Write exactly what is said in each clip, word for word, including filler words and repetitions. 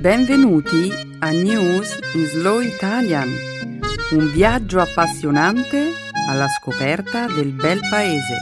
Benvenuti a News in Slow Italian, un viaggio appassionante alla scoperta del bel paese.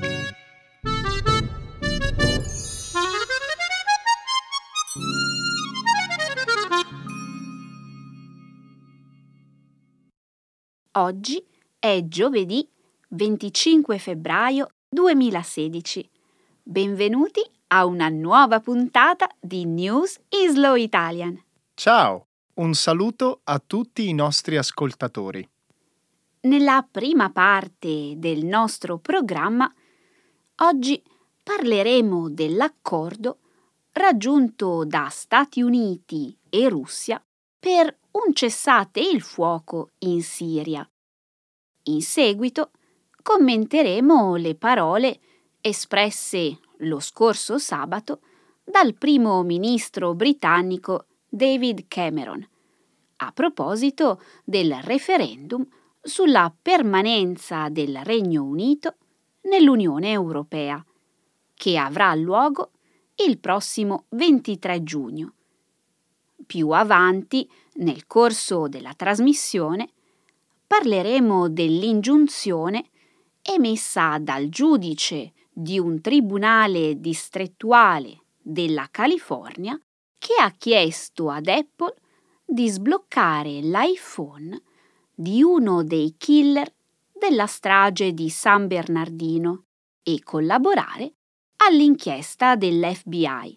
Oggi è giovedì venticinque febbraio duemilasedici. Benvenuti a una nuova puntata di News in Slow Italian. Ciao, un saluto a tutti i nostri ascoltatori. Nella prima parte del nostro programma, oggi parleremo dell'accordo raggiunto da Stati Uniti e Russia per un cessate il fuoco in Siria. In seguito commenteremo le parole espresse lo scorso sabato dal primo ministro britannico David Cameron a proposito del referendum sulla permanenza del Regno Unito nell'Unione Europea, che avrà luogo il prossimo ventitré giugno. Più avanti, nel corso della trasmissione, parleremo dell'ingiunzione emessa dal giudice di un tribunale distrettuale della California che ha chiesto ad Apple di sbloccare l'iPhone di uno dei killer della strage di San Bernardino e collaborare all'inchiesta dell'F B I.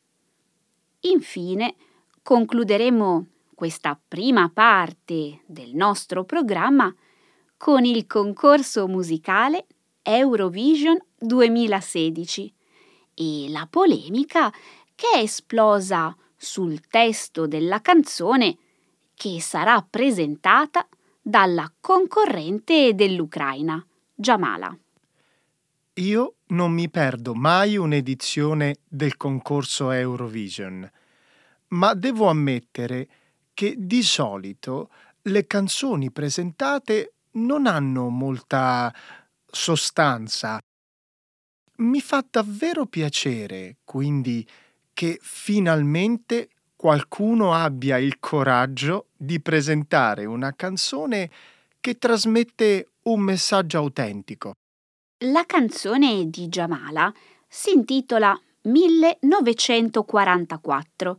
Infine, concluderemo questa prima parte del nostro programma con il concorso musicale Eurovision duemilasedici e la polemica che è esplosa sul testo della canzone che sarà presentata dalla concorrente dell'Ucraina, Jamala. Io non mi perdo mai un'edizione del concorso Eurovision, ma devo ammettere che di solito le canzoni presentate non hanno molta sostanza. Mi fa davvero piacere, quindi, che finalmente qualcuno abbia il coraggio di presentare una canzone che trasmette un messaggio autentico. La canzone di Jamala si intitola millenovecentoquarantaquattro,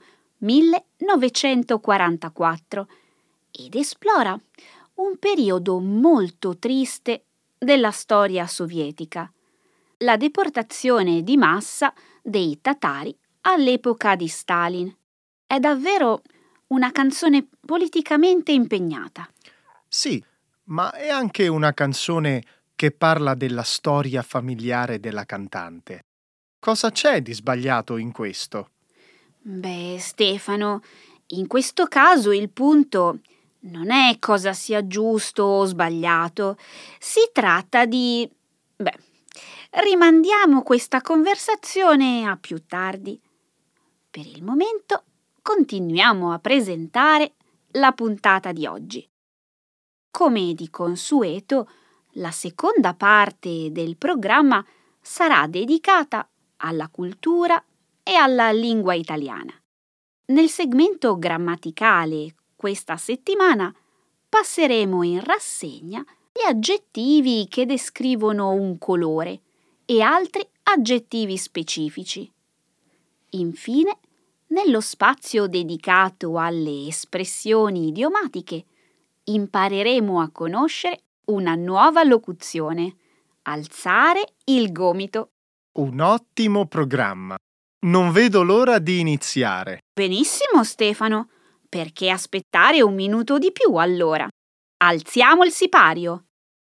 millenovecentoquarantaquattro ed esplora un periodo molto triste della storia sovietica, la deportazione di massa dei tatari all'epoca di Stalin. È davvero una canzone politicamente impegnata. Sì, ma è anche una canzone che parla della storia familiare della cantante. Cosa c'è di sbagliato in questo? Beh, Stefano, in questo caso il punto non è cosa sia giusto o sbagliato. Si tratta di... Beh, rimandiamo questa conversazione a più tardi. Per il momento continuiamo a presentare la puntata di oggi. Come di consueto, la seconda parte del programma sarà dedicata alla cultura e alla lingua italiana. Nel segmento grammaticale questa settimana passeremo in rassegna gli aggettivi che descrivono un colore e altri aggettivi specifici. Infine, nello spazio dedicato alle espressioni idiomatiche, impareremo a conoscere una nuova locuzione: alzare il gomito. Un ottimo programma. Non vedo l'ora di iniziare. Benissimo, Stefano. Perché aspettare un minuto di più allora? Alziamo il sipario.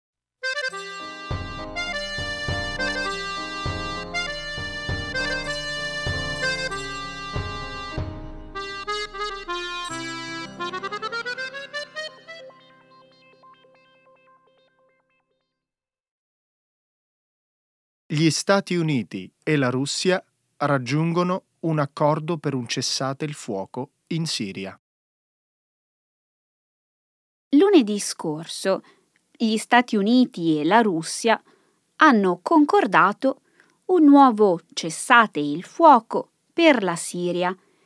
Gli Stati Uniti e la Russia raggiungono un accordo per un cessate il fuoco in Siria. Lunedì scorso, gli Stati Uniti e la Russia hanno concordato un nuovo cessate il fuoco per la Siria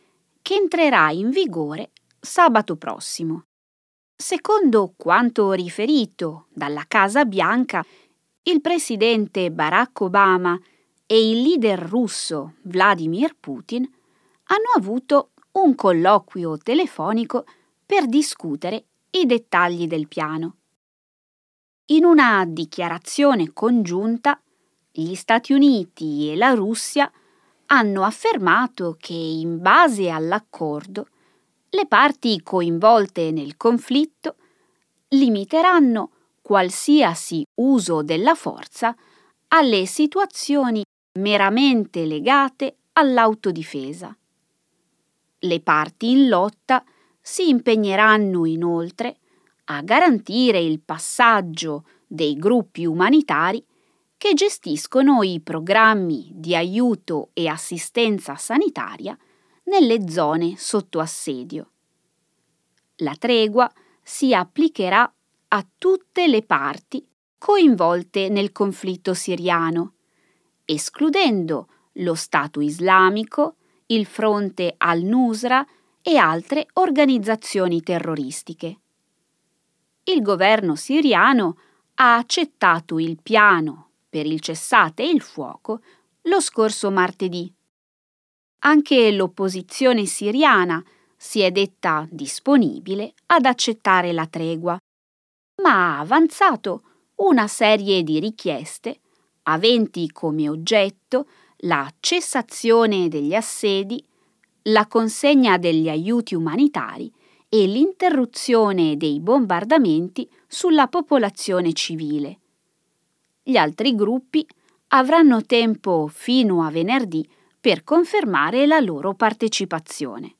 che entrerà in vigore sabato prossimo. Secondo quanto riferito dalla Casa Bianca, il presidente Barack Obama e il leader russo Vladimir Putin hanno avuto un colloquio telefonico per discutere i dettagli del piano. In una dichiarazione congiunta, gli Stati Uniti e la Russia hanno affermato che, in base all'accordo, le parti coinvolte nel conflitto limiteranno qualsiasi uso della forza alle situazioni meramente legate all'autodifesa. Le parti in lotta si impegneranno inoltre a garantire il passaggio dei gruppi umanitari che gestiscono i programmi di aiuto e assistenza sanitaria nelle zone sotto assedio. La tregua si applicherà a tutte le parti coinvolte nel conflitto siriano, escludendo lo Stato islamico, il fronte al-Nusra e altre organizzazioni terroristiche. Il governo siriano ha accettato il piano per il cessate il fuoco lo scorso martedì. Anche l'opposizione siriana si è detta disponibile ad accettare la tregua, ma ha avanzato una serie di richieste aventi come oggetto la cessazione degli assedi, la consegna degli aiuti umanitari e l'interruzione dei bombardamenti sulla popolazione civile. Gli altri gruppi avranno tempo fino a venerdì per confermare la loro partecipazione.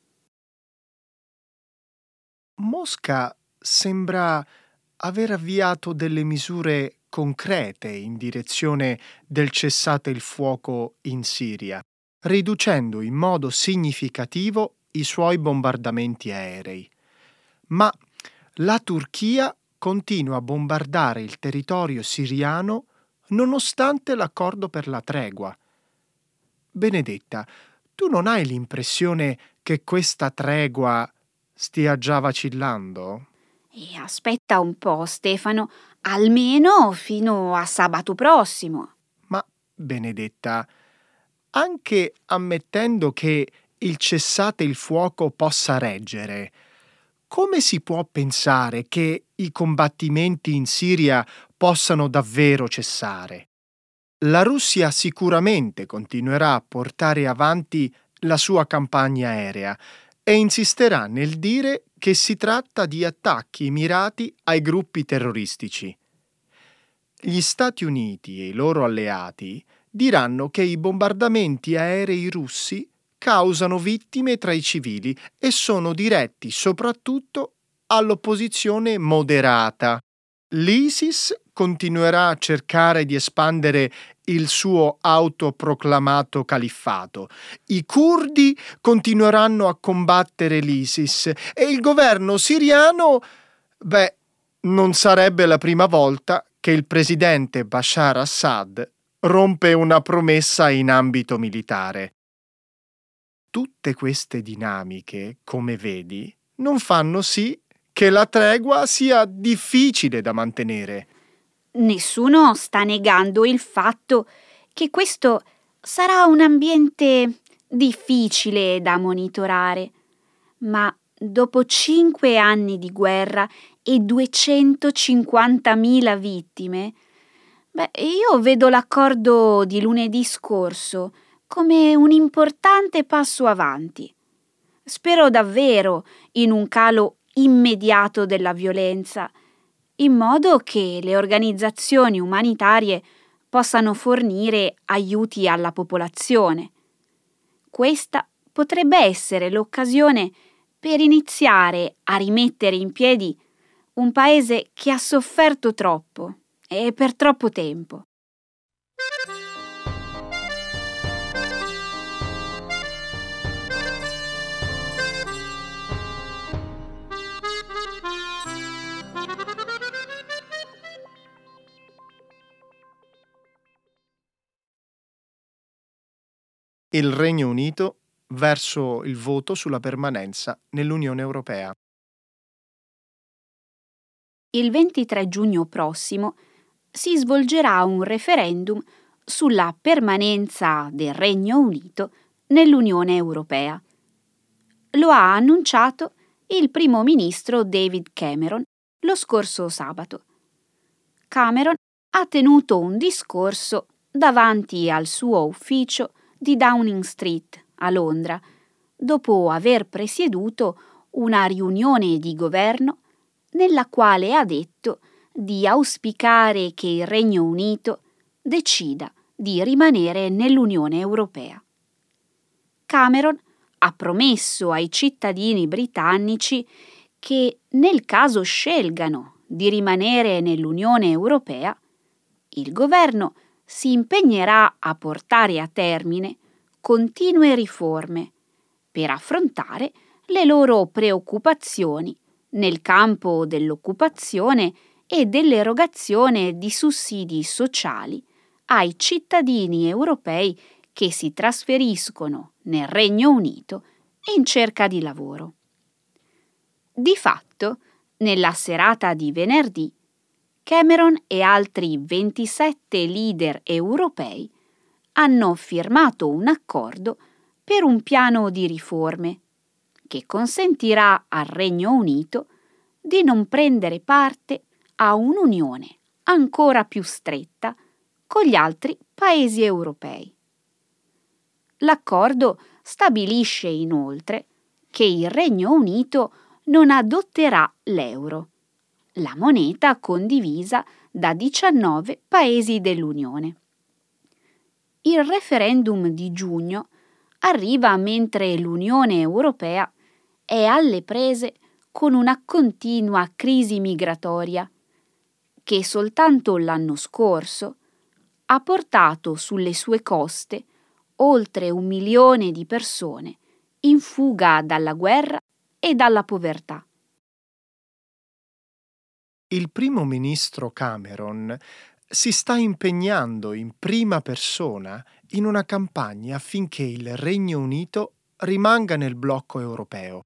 Mosca sembra aver avviato delle misure concrete in direzione del cessate il fuoco in Siria, riducendo in modo significativo i suoi bombardamenti aerei. Ma la Turchia continua a bombardare il territorio siriano nonostante l'accordo per la tregua. Benedetta, tu non hai l'impressione che questa tregua stia già vacillando? E aspetta un po', Stefano, almeno fino a sabato prossimo. Ma, Benedetta, anche ammettendo che il cessate il fuoco possa reggere, come si può pensare che i combattimenti in Siria possano davvero cessare? La Russia sicuramente continuerà a portare avanti la sua campagna aerea e insisterà nel dire che si tratta di attacchi mirati ai gruppi terroristici. Gli Stati Uniti e i loro alleati diranno che i bombardamenti aerei russi causano vittime tra i civili e sono diretti soprattutto all'opposizione moderata. L'ISIS continuerà a cercare di espandere il suo autoproclamato califfato. I curdi continueranno a combattere l'ISIS e il governo siriano, beh, non sarebbe la prima volta che il presidente Bashar Assad rompe una promessa in ambito militare. Tutte queste dinamiche, come vedi, non fanno sì che la tregua sia difficile da mantenere. Nessuno sta negando il fatto che questo sarà un ambiente difficile da monitorare, ma dopo cinque anni di guerra e duecentocinquantamila vittime, beh, io vedo l'accordo di lunedì scorso come un importante passo avanti. Spero davvero in un calo immediato della violenza, in modo che le organizzazioni umanitarie possano fornire aiuti alla popolazione. Questa potrebbe essere l'occasione per iniziare a rimettere in piedi un paese che ha sofferto troppo e per troppo tempo. Il Regno Unito verso il voto sulla permanenza nell'Unione Europea. Il ventitré giugno prossimo si svolgerà un referendum sulla permanenza del Regno Unito nell'Unione Europea. Lo ha annunciato il primo ministro David Cameron lo scorso sabato. Cameron ha tenuto un discorso davanti al suo ufficio di Downing Street a Londra, dopo aver presieduto una riunione di governo nella quale ha detto di auspicare che il Regno Unito decida di rimanere nell'Unione Europea. Cameron ha promesso ai cittadini britannici che, nel caso scelgano di rimanere nell'Unione Europea, il governo si impegnerà a portare a termine continue riforme per affrontare le loro preoccupazioni nel campo dell'occupazione e dell'erogazione di sussidi sociali ai cittadini europei che si trasferiscono nel Regno Unito in cerca di lavoro. Di fatto, nella serata di venerdì, Cameron e altri ventisette leader europei hanno firmato un accordo per un piano di riforme che consentirà al Regno Unito di non prendere parte a un'unione ancora più stretta con gli altri paesi europei. L'accordo stabilisce inoltre che il Regno Unito non adotterà l'euro, la moneta condivisa da diciannove paesi dell'Unione. Il referendum di giugno arriva mentre l'Unione Europea è alle prese con una continua crisi migratoria che soltanto l'anno scorso ha portato sulle sue coste oltre un milione di persone in fuga dalla guerra e dalla povertà. Il primo ministro Cameron si sta impegnando in prima persona in una campagna affinché il Regno Unito rimanga nel blocco europeo.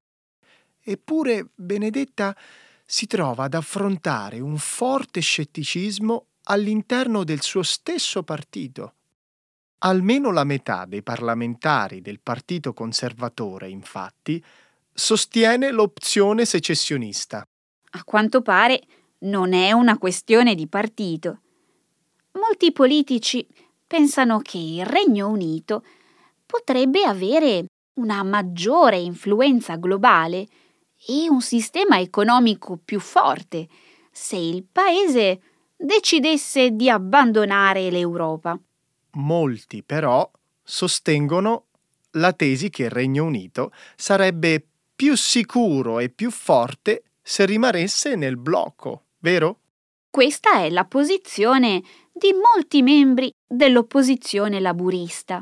Eppure Benedetta si trova ad affrontare un forte scetticismo all'interno del suo stesso partito. Almeno la metà dei parlamentari del Partito Conservatore, infatti, sostiene l'opzione secessionista. A quanto pare non è una questione di partito. Molti politici pensano che il Regno Unito potrebbe avere una maggiore influenza globale e un sistema economico più forte se il paese decidesse di abbandonare l'Europa. Molti però sostengono la tesi che il Regno Unito sarebbe più sicuro e più forte se rimanesse nel blocco, vero? Questa è la posizione di molti membri dell'opposizione laburista.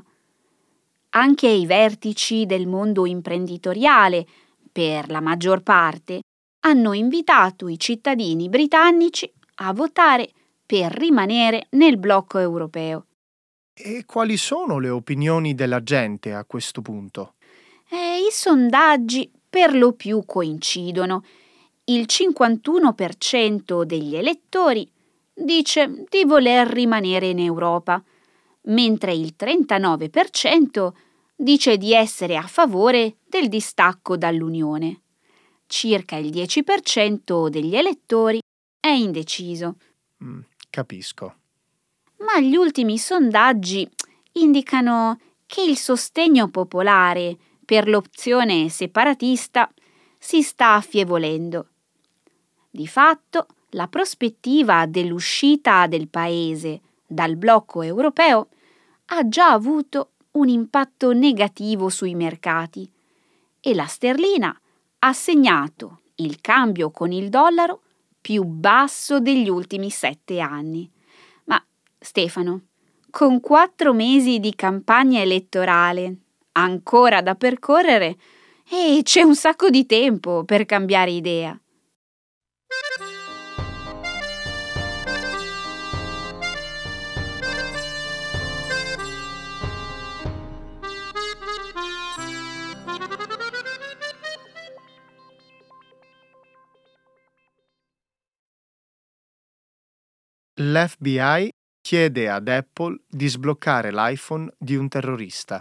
Anche i vertici del mondo imprenditoriale, per la maggior parte, hanno invitato i cittadini britannici a votare per rimanere nel blocco europeo. E quali sono le opinioni della gente a questo punto? E i sondaggi per lo più coincidono. Il cinquantuno per cento degli elettori dice di voler rimanere in Europa, mentre il trentanove per cento dice di essere a favore del distacco dall'Unione. Circa il dieci per cento degli elettori è indeciso. Mm, capisco. Ma gli ultimi sondaggi indicano che il sostegno popolare per l'opzione separatista si sta affievolendo. Di fatto, la prospettiva dell'uscita del paese dal blocco europeo ha già avuto un impatto negativo sui mercati e la sterlina ha segnato il cambio con il dollaro più basso degli ultimi sette anni. Ma Stefano, con quattro mesi di campagna elettorale ancora da percorrere, e c'è un sacco di tempo per cambiare idea. L'F B I chiede ad Apple di sbloccare l'iPhone di un terrorista.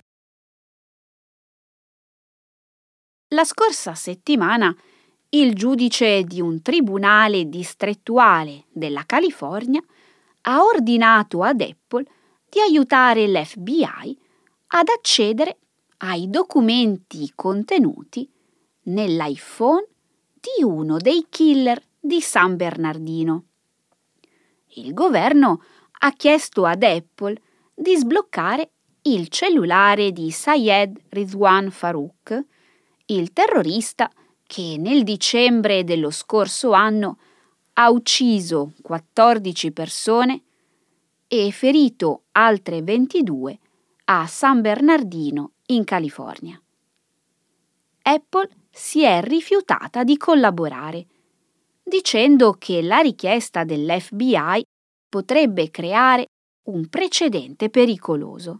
La scorsa settimana il giudice di un tribunale distrettuale della California ha ordinato ad Apple di aiutare l'F B I ad accedere ai documenti contenuti nell'iPhone di uno dei killer di San Bernardino. Il governo ha chiesto ad Apple di sbloccare il cellulare di Syed Rizwan Farook, il terrorista che nel dicembre dello scorso anno ha ucciso quattordici persone e ferito altre ventidue a San Bernardino in California. Apple si è rifiutata di collaborare, dicendo che la richiesta dell'F B I potrebbe creare un precedente pericoloso.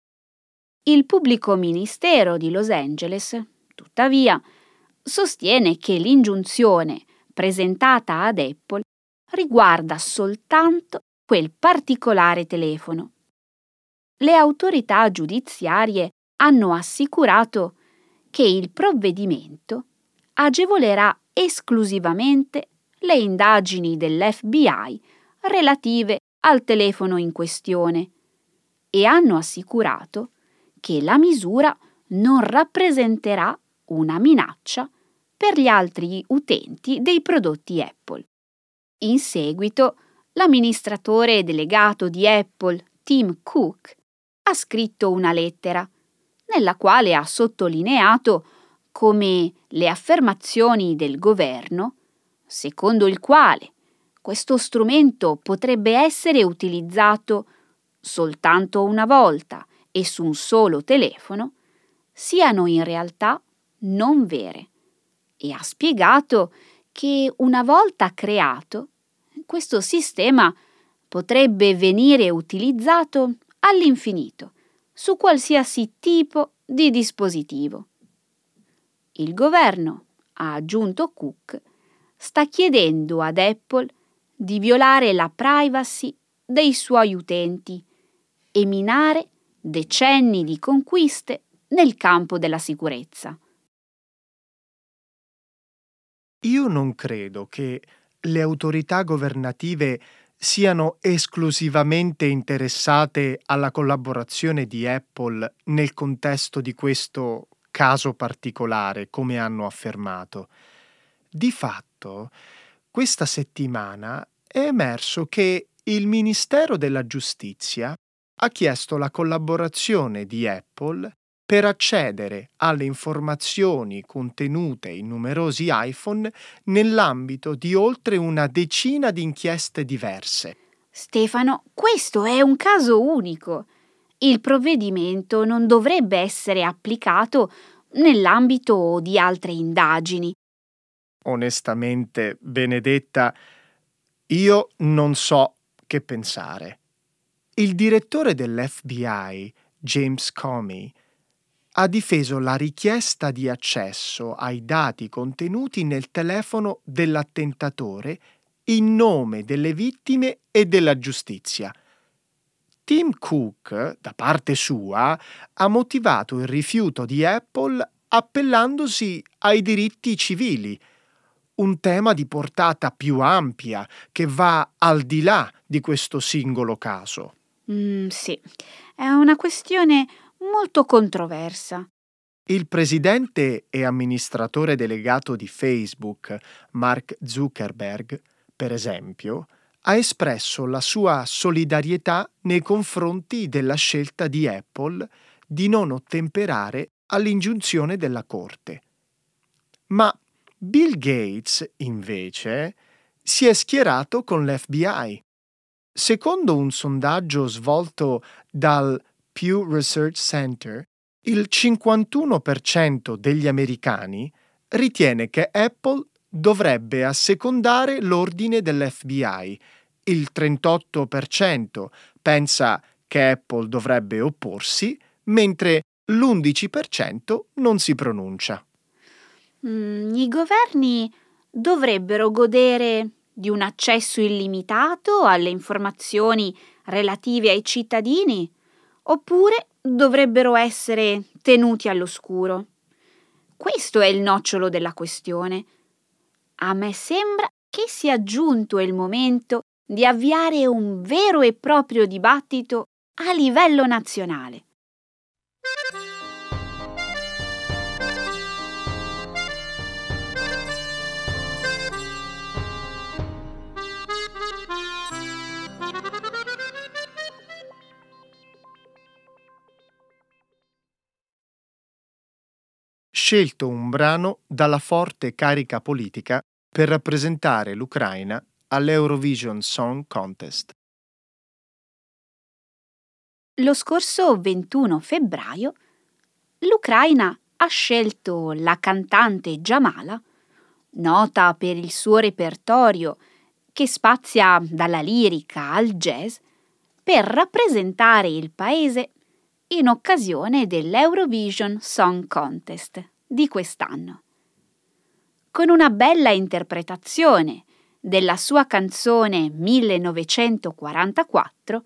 Il pubblico ministero di Los Angeles, tuttavia, sostiene che l'ingiunzione presentata ad Apple riguarda soltanto quel particolare telefono. Le autorità giudiziarie hanno assicurato che il provvedimento agevolerà esclusivamente le indagini dell'F B I relative al telefono in questione e hanno assicurato che la misura non rappresenterà una minaccia per gli altri utenti dei prodotti Apple. In seguito, l'amministratore delegato di Apple, Tim Cook, ha scritto una lettera nella quale ha sottolineato come le affermazioni del governo, secondo il quale questo strumento potrebbe essere utilizzato soltanto una volta e su un solo telefono, siano in realtà non vere, e ha spiegato che una volta creato, questo sistema potrebbe venire utilizzato all'infinito su qualsiasi tipo di dispositivo. Il governo, ha aggiunto Cook, sta chiedendo ad Apple di violare la privacy dei suoi utenti e minare decenni di conquiste nel campo della sicurezza. Io non credo che le autorità governative siano esclusivamente interessate alla collaborazione di Apple nel contesto di questo caso particolare, come hanno affermato. Di fatto, questa settimana è emerso che il Ministero della Giustizia ha chiesto la collaborazione di Apple per accedere alle informazioni contenute in numerosi iPhone nell'ambito di oltre una decina di inchieste diverse. Stefano, questo è un caso unico. Il provvedimento non dovrebbe essere applicato nell'ambito di altre indagini. Onestamente, Benedetta, io non so che pensare. Il direttore dell'F B I, James Comey, ha difeso la richiesta di accesso ai dati contenuti nel telefono dell'attentatore in nome delle vittime e della giustizia. Tim Cook, da parte sua, ha motivato il rifiuto di Apple appellandosi ai diritti civili, un tema di portata più ampia che va al di là di questo singolo caso. Mm, sì, è una questione molto controversa. Il presidente e amministratore delegato di Facebook, Mark Zuckerberg, per esempio, ha espresso la sua solidarietà nei confronti della scelta di Apple di non ottemperare all'ingiunzione della Corte. Ma Bill Gates, invece, si è schierato con l'F B I. Secondo un sondaggio svolto dal Pew Research Center, il cinquantuno per cento degli americani ritiene che Apple dovrebbe assecondare l'ordine dell'F B I, il trentotto per cento pensa che Apple dovrebbe opporsi, mentre l'undici per cento non si pronuncia. Mm, I governi dovrebbero godere di un accesso illimitato alle informazioni relative ai cittadini, oppure dovrebbero essere tenuti all'oscuro? Questo è il nocciolo della questione. A me sembra che sia giunto il momento di avviare un vero e proprio dibattito a livello nazionale. Scelto un brano dalla forte carica politica per rappresentare l'Ucraina all'Eurovision Song Contest. Lo scorso ventuno febbraio l'Ucraina ha scelto la cantante Jamala, nota per il suo repertorio che spazia dalla lirica al jazz, per rappresentare il paese in occasione dell'Eurovision Song Contest di quest'anno. Con una bella interpretazione della sua canzone millenovecentoquarantaquattro,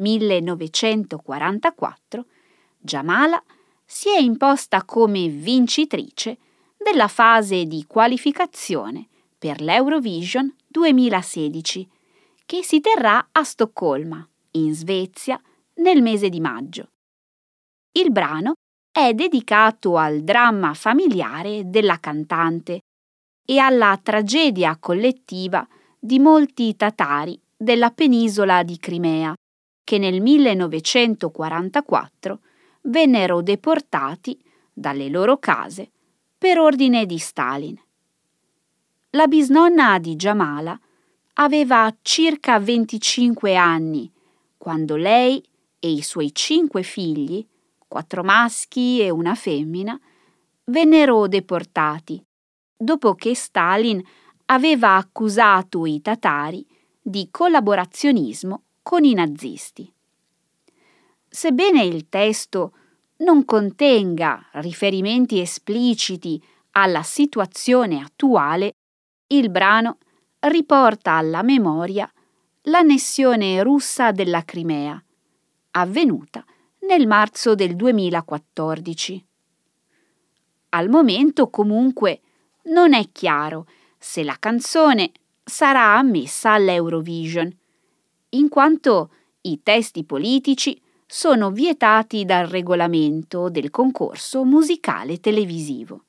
millenovecentoquarantaquattro, Jamala si è imposta come vincitrice della fase di qualificazione per l'Eurovision duemilasedici, che si terrà a Stoccolma, in Svezia, nel mese di maggio. Il brano è dedicato al dramma familiare della cantante e alla tragedia collettiva di molti tatari della penisola di Crimea, che nel millenovecentoquarantaquattro vennero deportati dalle loro case per ordine di Stalin. La bisnonna di Jamala aveva circa venticinque anni quando lei e i suoi cinque figli, quattro maschi e una femmina, vennero deportati dopo che Stalin aveva accusato i tatari di collaborazionismo con i nazisti. Sebbene il testo non contenga riferimenti espliciti alla situazione attuale, il brano riporta alla memoria l'annessione russa della Crimea, avvenuta nel marzo del duemilaquattordici. Al momento, comunque, non è chiaro se la canzone sarà ammessa all'Eurovision, in quanto i testi politici sono vietati dal regolamento del concorso musicale televisivo.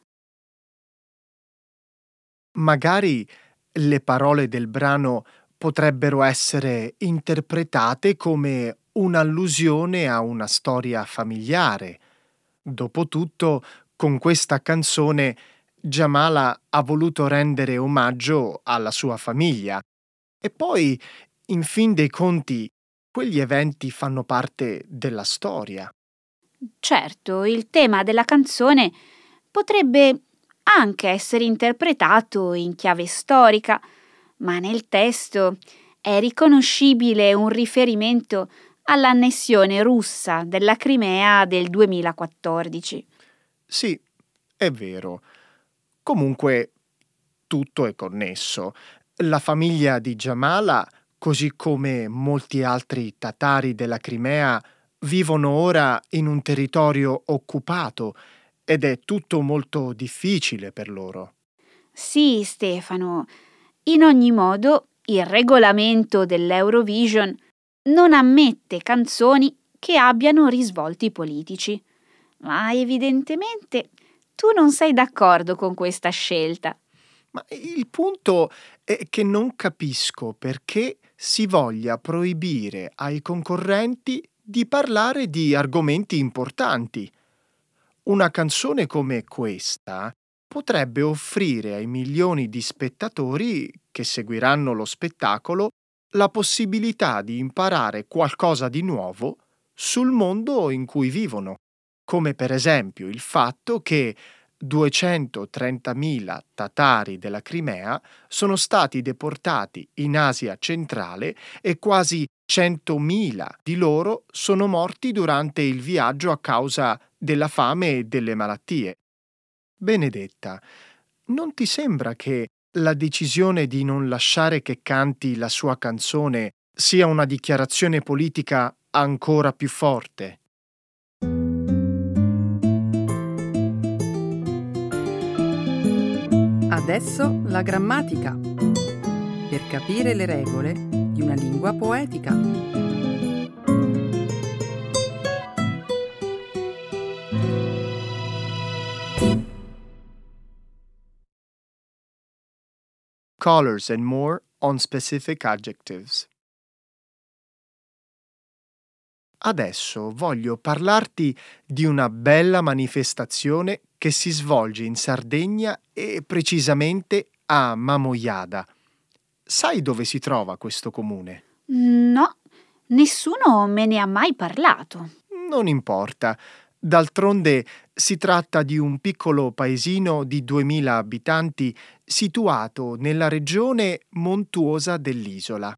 Magari le parole del brano potrebbero essere interpretate come un'allusione a una storia familiare. Dopotutto, con questa canzone Jamala ha voluto rendere omaggio alla sua famiglia. E poi, in fin dei conti, quegli eventi fanno parte della storia. Certo, il tema della canzone potrebbe anche essere interpretato in chiave storica, ma nel testo è riconoscibile un riferimento all'annessione russa della Crimea del duemilaquattordici. Sì, è vero. Comunque, tutto è connesso. La famiglia di Jamala, così come molti altri tatari della Crimea, vivono ora in un territorio occupato ed è tutto molto difficile per loro. Sì, Stefano. In ogni modo, il regolamento dell'Eurovision non ammette canzoni che abbiano risvolti politici. Ma evidentemente tu non sei d'accordo con questa scelta. Ma il punto è che non capisco perché si voglia proibire ai concorrenti di parlare di argomenti importanti. Una canzone come questa potrebbe offrire ai milioni di spettatori che seguiranno lo spettacolo la possibilità di imparare qualcosa di nuovo sul mondo in cui vivono, come per esempio il fatto che duecentotrentamila tatari della Crimea sono stati deportati in Asia centrale e quasi centomila di loro sono morti durante il viaggio a causa della fame e delle malattie. Benedetta, non ti sembra che la decisione di non lasciare che canti la sua canzone sia una dichiarazione politica ancora più forte. Adesso la grammatica, per capire le regole di una lingua poetica. Colors and more on specific adjectives. Adesso voglio parlarti di una bella manifestazione che si svolge in Sardegna e precisamente a Mamojada. Sai dove si trova questo comune? No, nessuno me ne ha mai parlato. Non importa. D'altronde si tratta di un piccolo paesino di duemila abitanti situato nella regione montuosa dell'isola.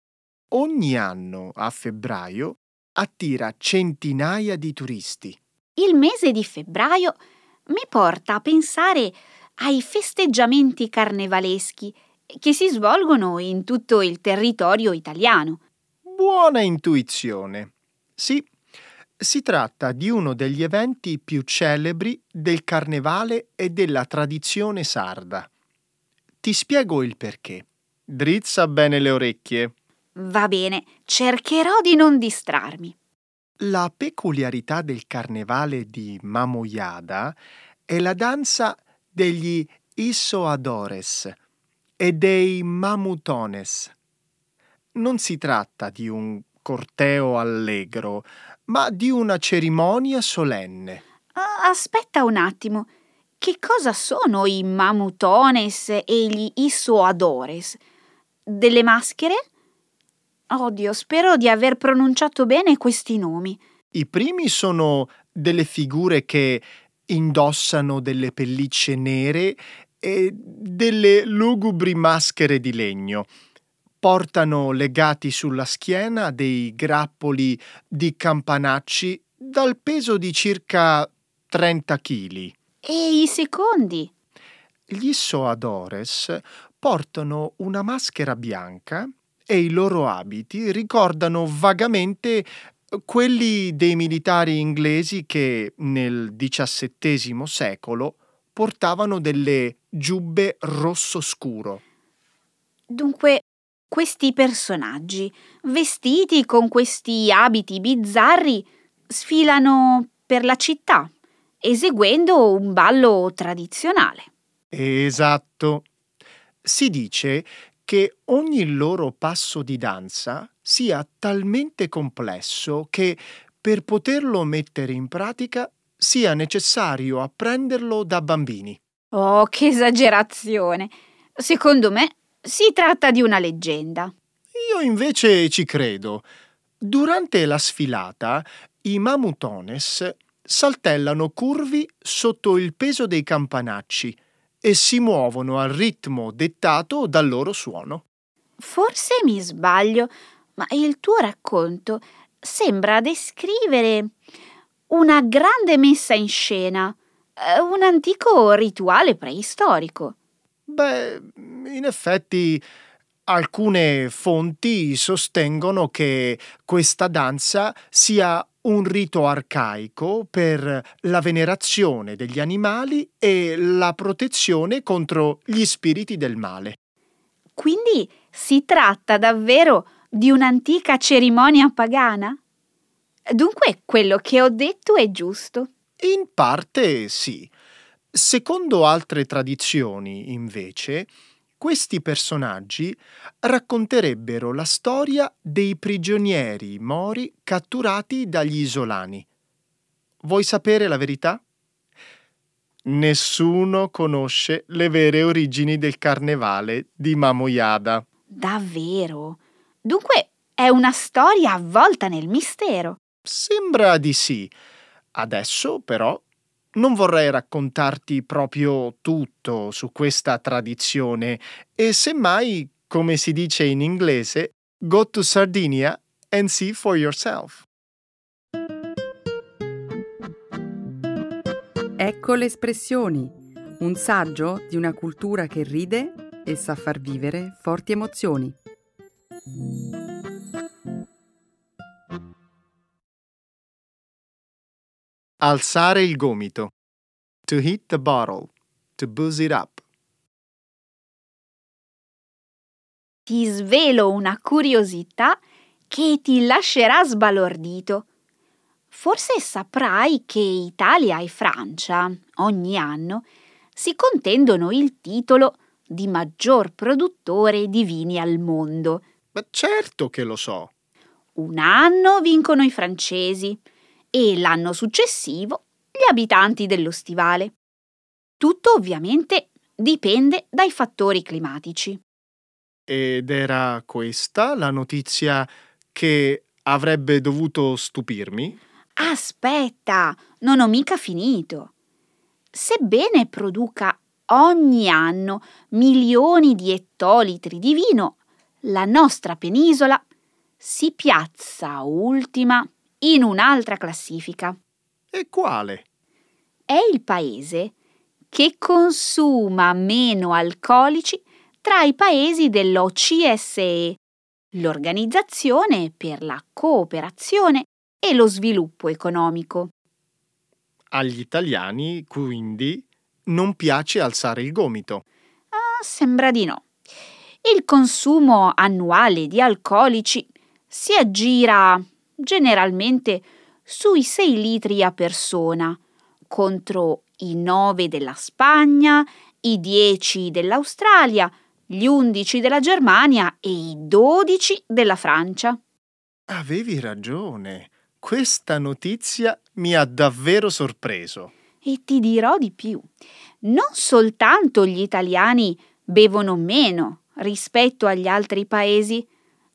Ogni anno, a febbraio, attira centinaia di turisti. Il mese di febbraio mi porta a pensare ai festeggiamenti carnevaleschi che si svolgono in tutto il territorio italiano. Buona intuizione. Sì, si tratta di uno degli eventi più celebri del carnevale e della tradizione sarda. Ti spiego il perché. Drizza bene le orecchie. Va bene, cercherò di non distrarmi. La peculiarità del carnevale di Mamojada è la danza degli Issoadores e dei Mamutones. Non si tratta di un corteo allegro, ma di una cerimonia solenne. Aspetta un attimo, che cosa sono i Mamutones e gli Issoadores? Delle maschere? Oddio, spero di aver pronunciato bene questi nomi. I primi sono delle figure che indossano delle pellicce nere e delle lugubri maschere di legno. Portano legati sulla schiena dei grappoli di campanacci dal peso di circa trenta chili. E i secondi? Gli Issoadores portano una maschera bianca e i loro abiti ricordano vagamente quelli dei militari inglesi che nel diciassettesimo secolo portavano delle giubbe rosso scuro. Dunque, questi personaggi, vestiti con questi abiti bizzarri, sfilano per la città, eseguendo un ballo tradizionale. Esatto. Si dice che ogni loro passo di danza sia talmente complesso che per poterlo mettere in pratica sia necessario apprenderlo da bambini. Oh, che esagerazione! Secondo me si tratta di una leggenda. Io invece ci credo. Durante la sfilata, i Mamutones saltellano curvi sotto il peso dei campanacci e si muovono al ritmo dettato dal loro suono. Forse mi sbaglio, ma il tuo racconto sembra descrivere una grande messa in scena, un antico rituale preistorico. Beh, in effetti alcune fonti sostengono che questa danza sia un rito arcaico per la venerazione degli animali e la protezione contro gli spiriti del male. Quindi si tratta davvero di un'antica cerimonia pagana? Dunque quello che ho detto è giusto? In parte sì. Secondo altre tradizioni, invece, questi personaggi racconterebbero la storia dei prigionieri mori catturati dagli isolani. Vuoi sapere la verità? Nessuno conosce le vere origini del carnevale di Mamojada. Davvero? Dunque è una storia avvolta nel mistero. Sembra di sì. Adesso, però, non vorrei raccontarti proprio tutto su questa tradizione e semmai, come si dice in inglese, go to Sardinia and see for yourself. Ecco le espressioni, un saggio di una cultura che ride e sa far vivere forti emozioni. Alzare il gomito. To hit the bottle. To booze it up. Ti svelo una curiosità che ti lascerà sbalordito. Forse saprai che Italia e Francia, ogni anno, si contendono il titolo di maggior produttore di vini al mondo. Ma certo che lo so. Un anno vincono i francesi e l'anno successivo gli abitanti dello stivale. Tutto ovviamente dipende dai fattori climatici. Ed era questa la notizia che avrebbe dovuto stupirmi? Aspetta, non ho mica finito. Sebbene produca ogni anno milioni di ettolitri di vino, la nostra penisola si piazza ultima in un'altra classifica. E quale? È il paese che consuma meno alcolici tra i paesi dell'O C S E, l'Organizzazione per la Cooperazione e lo Sviluppo Economico. Agli italiani, quindi, non piace alzare il gomito. Ah, sembra di no. Il consumo annuale di alcolici si aggira generalmente sui sei litri a persona, contro i nove della Spagna, i dieci dell'Australia, gli undici della Germania e i dodici della Francia. Avevi ragione. Questa notizia mi ha davvero sorpreso. E ti dirò di più. Non soltanto gli italiani bevono meno rispetto agli altri paesi,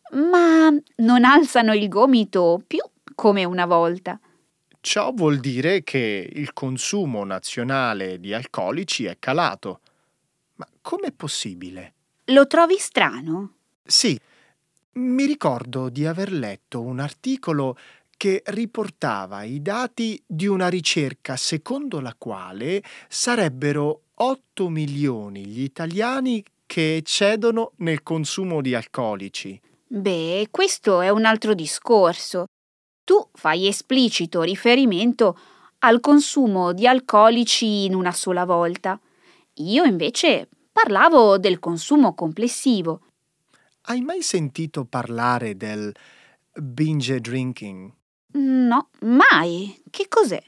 ma non alzano il gomito più come una volta. Ciò vuol dire che il consumo nazionale di alcolici è calato. Ma com'è possibile? Lo trovi strano? Sì, mi ricordo di aver letto un articolo che riportava i dati di una ricerca secondo la quale sarebbero otto milioni gli italiani che eccedono nel consumo di alcolici. Beh, questo è un altro discorso. Tu fai esplicito riferimento al consumo di alcolici in una sola volta. Io invece parlavo del consumo complessivo. Hai mai sentito parlare del binge drinking? No, mai. Che cos'è?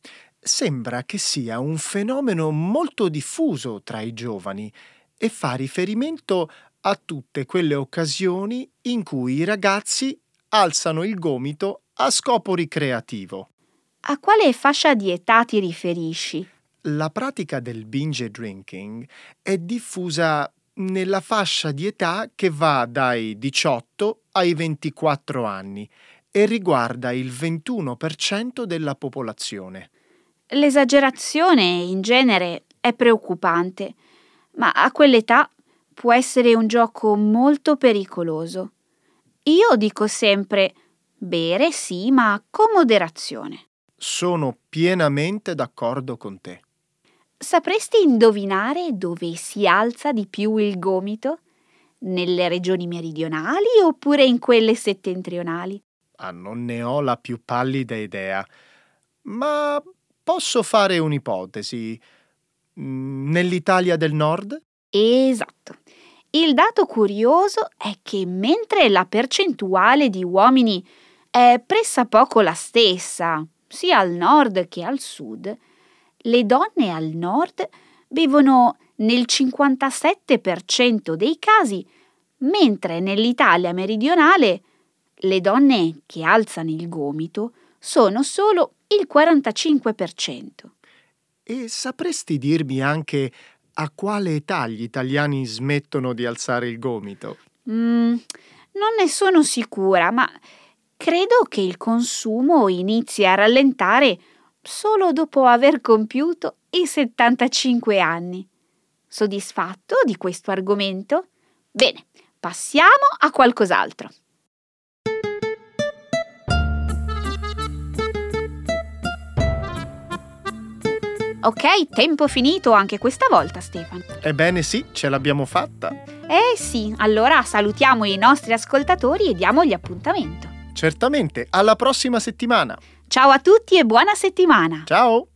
Sembra che sia un fenomeno molto diffuso tra i giovani e fa riferimento a tutte quelle occasioni in cui i ragazzi alzano il gomito a scopo ricreativo. A quale fascia di età ti riferisci? La pratica del binge drinking è diffusa nella fascia di età che va dai diciotto ai ventiquattro anni e riguarda il ventuno per cento della popolazione. L'esagerazione in genere è preoccupante, ma a quell'età può essere un gioco molto pericoloso. Io dico sempre: bere sì, ma con moderazione. Sono pienamente d'accordo con te. Sapresti indovinare dove si alza di più il gomito? Nelle regioni meridionali oppure in quelle settentrionali? Ah, non ne ho la più pallida idea, ma posso fare un'ipotesi. Nell'Italia del Nord? Esatto. Il dato curioso è che mentre la percentuale di uomini è pressappoco la stessa, sia al nord che al sud, le donne al nord bevono nel cinquantasette per cento dei casi, mentre nell'Italia meridionale le donne che alzano il gomito sono solo il quarantacinque per cento. E sapresti dirmi anche a quale età gli italiani smettono di alzare il gomito? Mm, non ne sono sicura, ma credo che il consumo inizi a rallentare solo dopo aver compiuto i settantacinque anni. Soddisfatto di questo argomento? Bene, passiamo a qualcos'altro. Ok, tempo finito anche questa volta, Stefano. Ebbene sì, ce l'abbiamo fatta. Eh sì, allora salutiamo i nostri ascoltatori e diamogli appuntamento. Certamente, alla prossima settimana. Ciao a tutti e buona settimana. Ciao!